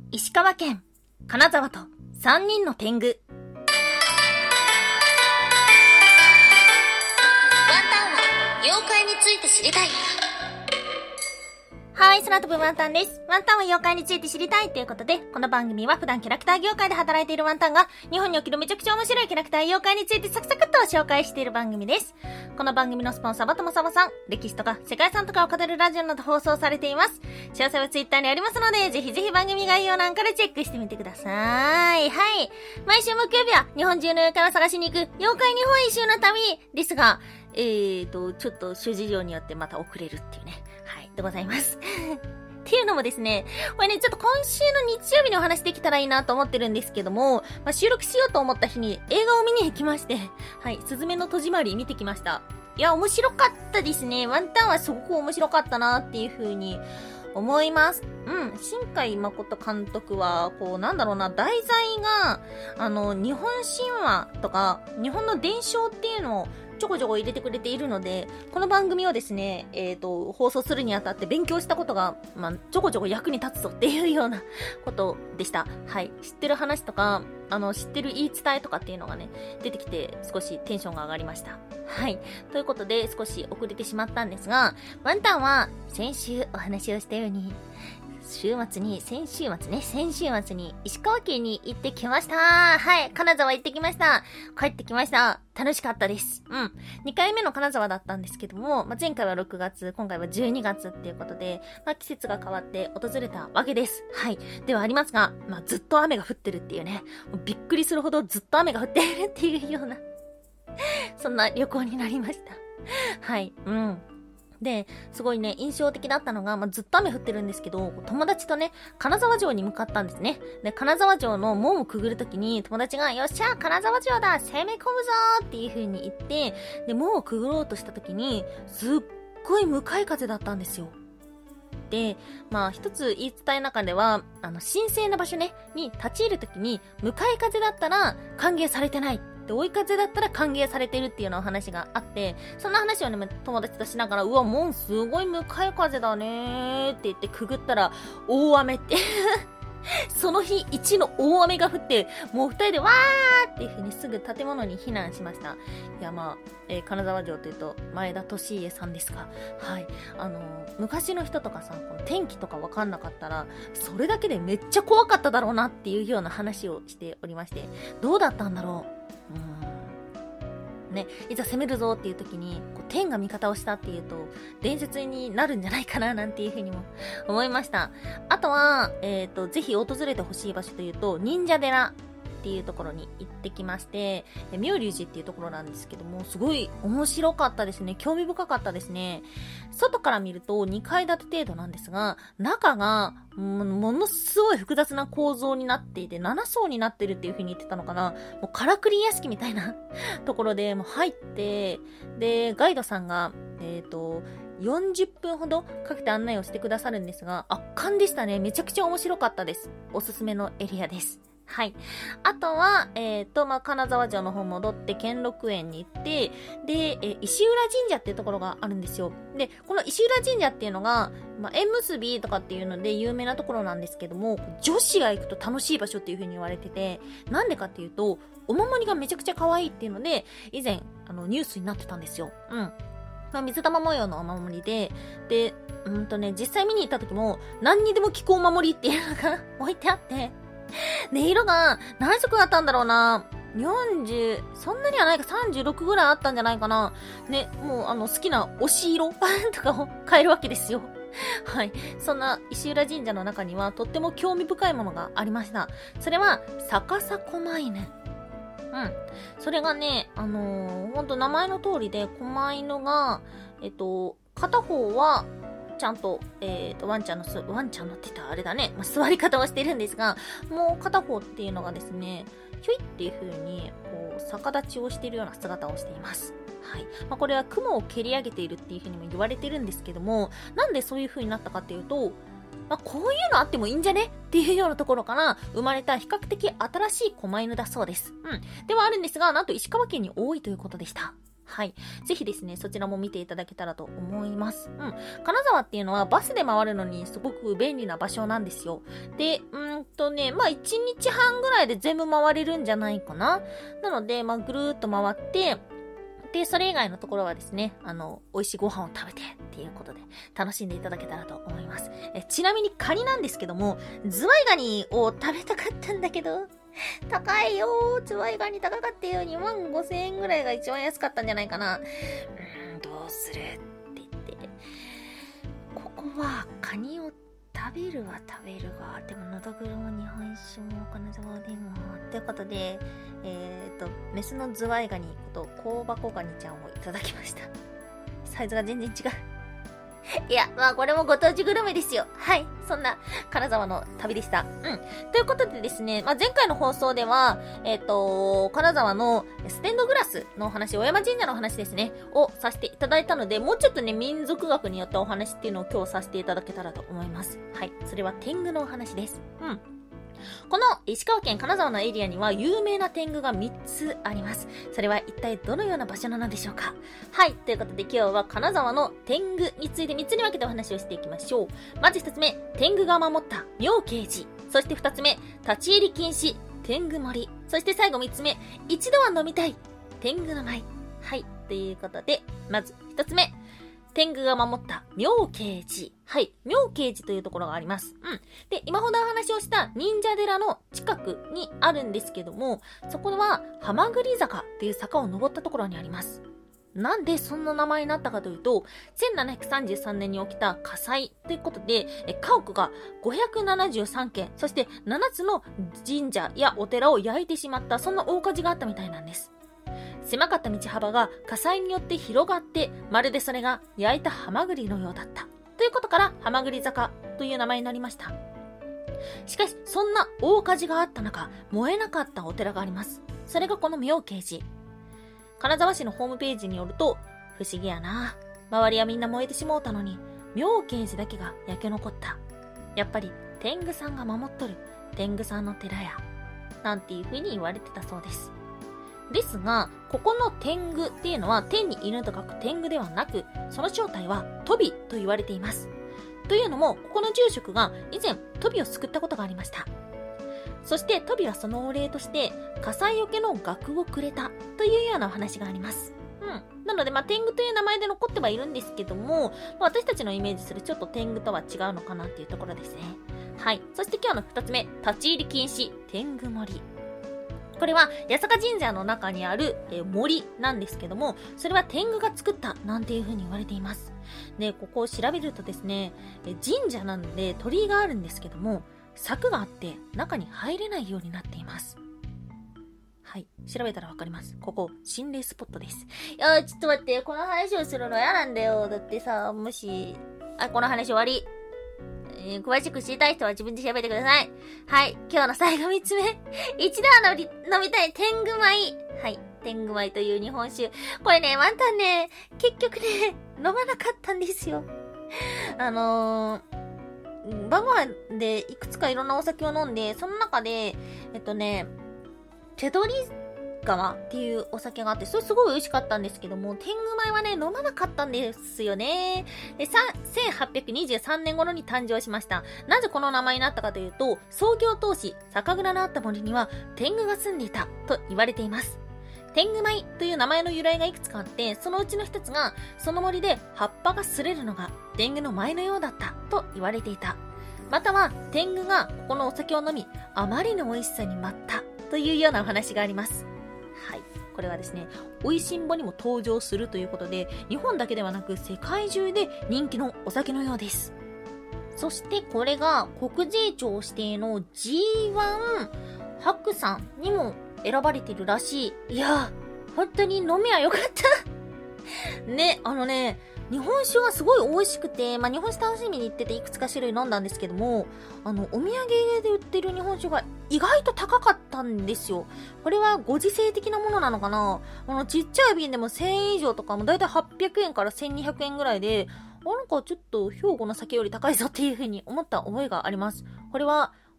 石川県金沢と3人の天狗。ワンタンは妖怪について知りたい。はい、空飛ぶワンタンです。ワンタンは妖怪について知りたいということで、この番組は普段キャラクター業界で働いているワンタンが日本におけるめちゃくちゃ面白いキャラクター妖怪についてサクサクっと紹介している番組です。この番組のスポンサーはともさまさん、歴史とか世界遺産とかを語るラジオなど放送されています。詳細はツイッターにありますので、ぜひぜひ番組概要欄からチェックしてみてください。はい。毎週木曜日は日本中の妖怪を探しに行く妖怪日本一周の旅ですが、ちょっと諸事情によってまた遅れるっていうね。はい、でございます。っていうのもですね、これね、ちょっと今週の日曜日にお話できたらいいなと思ってるんですけども、収録しようと思った日に映画を見に行きまして、はい、すずめの戸締まり見てきました。いや、面白かったですね。ワンタンはすごく面白かったなっていう風に思います。新海誠監督は、題材が、日本神話とか、日本の伝承っていうのをちょこちょこ入れてくれているので、この番組をですね、放送するにあたって勉強したことが、ちょこちょこ役に立つぞっていうようなことでした。はい。知ってる話とか、知ってる言い伝えとかっていうのがね、出てきて少しテンションが上がりました。はい。ということで、少し遅れてしまったんですが、ワンタンは先週お話をしたように、先週末に石川県に行ってきました。はい、金沢行ってきました。帰ってきました。楽しかったです。2回目の金沢だったんですけども、前回は6月、今回は12月っていうことで、季節が変わって訪れたわけです。はい。ではありますが、ずっと雨が降ってるっていうね、びっくりするほどずっと雨が降っているっていうような、そんな旅行になりました。はい、で、すごいね、印象的だったのが、ずっと雨降ってるんですけど、友達とね、金沢城に向かったんですね。で、金沢城の門をくぐるときに、友達が、よっしゃ、金沢城だ攻め込むぞーっていう風に言って、で、門をくぐろうとしたときに、すっごい向かい風だったんですよ。で、一つ言い伝えの中では、神聖な場所ね、に立ち入るときに、向かい風だったら歓迎されてない。で、追い風だったら歓迎されてるっていうような話があって、そんな話をね、友達としながら、うわ、もうすごい向かい風だねーって言ってくぐったら、大雨って。その日一の大雨が降って、もう二人でわーっていう風にすぐ建物に避難しました。いや、金沢城というと、前田利家さんですが、はい。昔の人とかさ、この天気とかわかんなかったら、それだけでめっちゃ怖かっただろうなっていうような話をしておりまして、どうだったんだろう。ね、いざ攻めるぞっていう時に天が味方をしたっていうと伝説になるんじゃないかななんていうふうにも思いました。あとは、ぜひ訪れてほしい場所というと忍者寺っていうところに行ってきまして、妙隆寺っていうところなんですけども、すごい面白かったですね。興味深かったですね。外から見ると2階建て程度なんですが、中がものすごい複雑な構造になっていて、7層になってるっていう風に言ってたのかな。もうからくり屋敷みたいなところでもう入って、で、ガイドさんが、40分ほどかけて案内をしてくださるんですが、圧巻でしたね。めちゃくちゃ面白かったです。おすすめのエリアです。はい。あとは、金沢城の方戻って兼六園に行って、で、石浦神社っていうところがあるんですよ。で、この石浦神社っていうのが、縁結びとかっていうので有名なところなんですけども、女子が行くと楽しい場所っていう風に言われてて、なんでかっていうと、お守りがめちゃくちゃ可愛いっていうので、以前、ニュースになってたんですよ。水玉模様のお守りで、実際見に行った時も、何にでも効くお守りっていうのが置いてあって、で、色が何色だったんだろうな。40、そんなにはないか36ぐらいあったんじゃないかな。ね、もう好きな推し色とかを変えるわけですよ。はい。そんな石浦神社の中にはとっても興味深いものがありました。それは、逆さ狛犬。それがね、ほんと名前の通りで、狛犬が、片方は、ちゃんと、ワンちゃんのって言ったらあれだね。座り方をしてるんですが、もう片方っていうのがですね、ひょいっていう風に、逆立ちをしているような姿をしています。はい。これは雲を蹴り上げているっていう風にも言われてるんですけども、なんでそういう風になったかっていうと、こういうのあってもいいんじゃねっていうようなところから生まれた比較的新しい狛犬だそうです。ではあるんですが、なんと石川県に多いということでした。 はい。ぜひですね、そちらも見ていただけたらと思います。金沢っていうのはバスで回るのにすごく便利な場所なんですよ。で、1日半ぐらいで全部回れるんじゃないかな。なので、ぐるーっと回って、で、それ以外のところはですね、美味しいご飯を食べてっていうことで楽しんでいただけたらと思います。ちなみにカニなんですけども、ズワイガニを食べたかったんだけど、高いよー。ズワイガニ高かったよ。25,000円ぐらいが一番安かったんじゃないかな。どうするって言って。ここはカニを食べるは食べるが、でものどぐろも日本酒も金沢でも。ということで、メスのズワイガニこと香箱ガニちゃんをいただきました。サイズが全然違う。いや、これもご当地グルメですよ。はい。そんな、金沢の旅でした。ということでですね、前回の放送では、金沢のステンドグラスのお話、小山神社のお話ですね、をさせていただいたので、もうちょっとね、民族学によったお話っていうのを今日させていただけたらと思います。はい。それは天狗のお話です。この石川県金沢のエリアには有名な天狗が3つあります。それは一体どのような場所なのでしょうか。はい。ということで今日は金沢の天狗について3つに分けてお話をしていきましょう。まず1つ目、天狗が守った妙慶寺。そして2つ目、立ち入り禁止、天狗森。そして最後3つ目、一度は飲みたい、天狗の舞。はい。ということで、まず1つ目。天狗が守った妙慶寺。はい。妙慶寺というところがあります。で、今ほどお話をした忍者寺の近くにあるんですけども、そこは浜栗坂っていう坂を登ったところにあります。なんでそんな名前になったかというと、1733年に起きた火災ということで、家屋が573軒、そして7つの神社やお寺を焼いてしまった、そんな大火事があったみたいなんです。狭かった道幅が火災によって広がって、まるでそれが焼いたハマグリのようだった。ということから、ハマグリ坂という名前になりました。しかし、そんな大火事があった中、燃えなかったお寺があります。それがこの妙慶寺。金沢市のホームページによると、不思議やな。周りはみんな燃えてしもうたのに、妙慶寺だけが焼け残った。やっぱり、天狗さんが守っとる、天狗さんの寺や。なんていう風に言われてたそうです。ですが、ここの天狗っていうのは天に犬と書く天狗ではなく、その正体はトビと言われています。というのも、ここの住職が以前トビを救ったことがありました。そしてトビはそのお礼として火災よけの額をくれたというようなお話があります。なので、天狗という名前で残ってはいるんですけども、私たちのイメージするちょっと天狗とは違うのかなっていうところですね。はい。そして今日の2つ目、立ち入り禁止、天狗森。これは八坂神社の中にある森なんですけども、それは天狗が作ったなんていう風に言われています。で、ここを調べるとですね、神社なので鳥居があるんですけども、柵があって中に入れないようになっています。はい。調べたらわかります。ここ、心霊スポットです。いや、ちょっと待って、この話をするの嫌なんだよ。だってさ、もし、この話終わり。詳しく知りたい人は自分で調べてください。はい。今日の最後3つ目。一度は飲みたい天狗米。はい。天狗米という日本酒。これね、ワンタンね、結局ね、飲まなかったんですよ。晩ご飯でいくつかいろんなお酒を飲んで、その中で、手取り川っていうお酒があって、それすごい美味しかったんですけども、天狗米はね、飲まなかったんですよね。で、1823年頃に誕生しました。なぜこの名前になったかというと、創業当時、酒蔵のあった森には天狗が住んでいたと言われています。天狗米という名前の由来がいくつかあって、そのうちの一つが、その森で葉っぱが擦れるのが天狗の舞のようだったと言われていた。または、天狗がここのお酒を飲み、あまりの美味しさに舞ったというようなお話があります。はい。これはですね、美味しんぼにも登場するということで、日本だけではなく世界中で人気のお酒のようです。そしてこれが国税庁指定の G1 白山にも選ばれているらしい。いやー、本当に飲みはよかったね、日本酒がすごい美味しくて、日本酒楽しみに行ってていくつか種類飲んだんですけども、お土産で売ってる日本酒が意外と高かったんですよ。これはご時世的なものなのかな？ちっちゃい瓶でも1000円以上とかもだいたい800円から1200円ぐらいで、なんかちょっと兵庫の酒より高いぞっていう風に思った覚えがあります。これは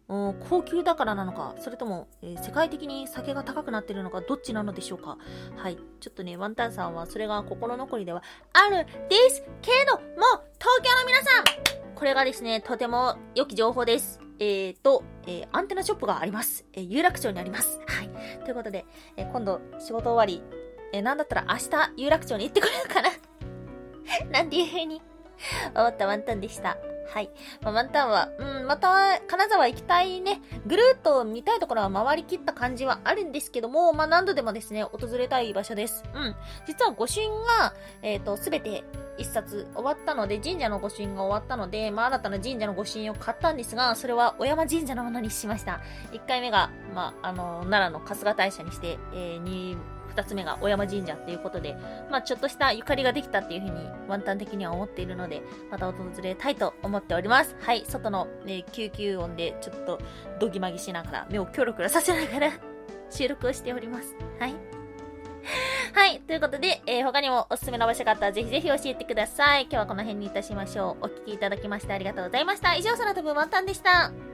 高級だからなのか、それとも、世界的に酒が高くなっているのか、どっちなのでしょうか。はい。ちょっとね、ワンタンさんはそれが心残りではあるですけども、東京の皆さん、これがですね、とても良き情報です。アンテナショップがあります。有楽町にあります。はい。ということで、今度仕事終わり、なんだったら明日有楽町に行ってくれるかななんていう風に思ったワンタンでした。はい。ワンタンは、また、金沢行きたいね。ぐるーっと見たいところは回りきった感じはあるんですけども、何度でもですね、訪れたい場所です。実は御朱印が、すべて一冊終わったので、神社の御朱印が終わったので、新たな神社の御朱印を買ったんですが、それは小山神社のものにしました。1回目が、奈良の春日大社にして、2つ目が小山神社っていうことで、ちょっとしたゆかりができたっていうふうにワンタン的には思っているので、また訪れたいと思っております。はい、外の、救急音でちょっとドギマギしながら、目をキョロキョロさせながら収録をしております。はい。はい、ということで、他にもおすすめの場所があったらぜひぜひ教えてください。今日はこの辺にいたしましょう。お聞きいただきましてありがとうございました。以上、空飛ぶワンタンでした。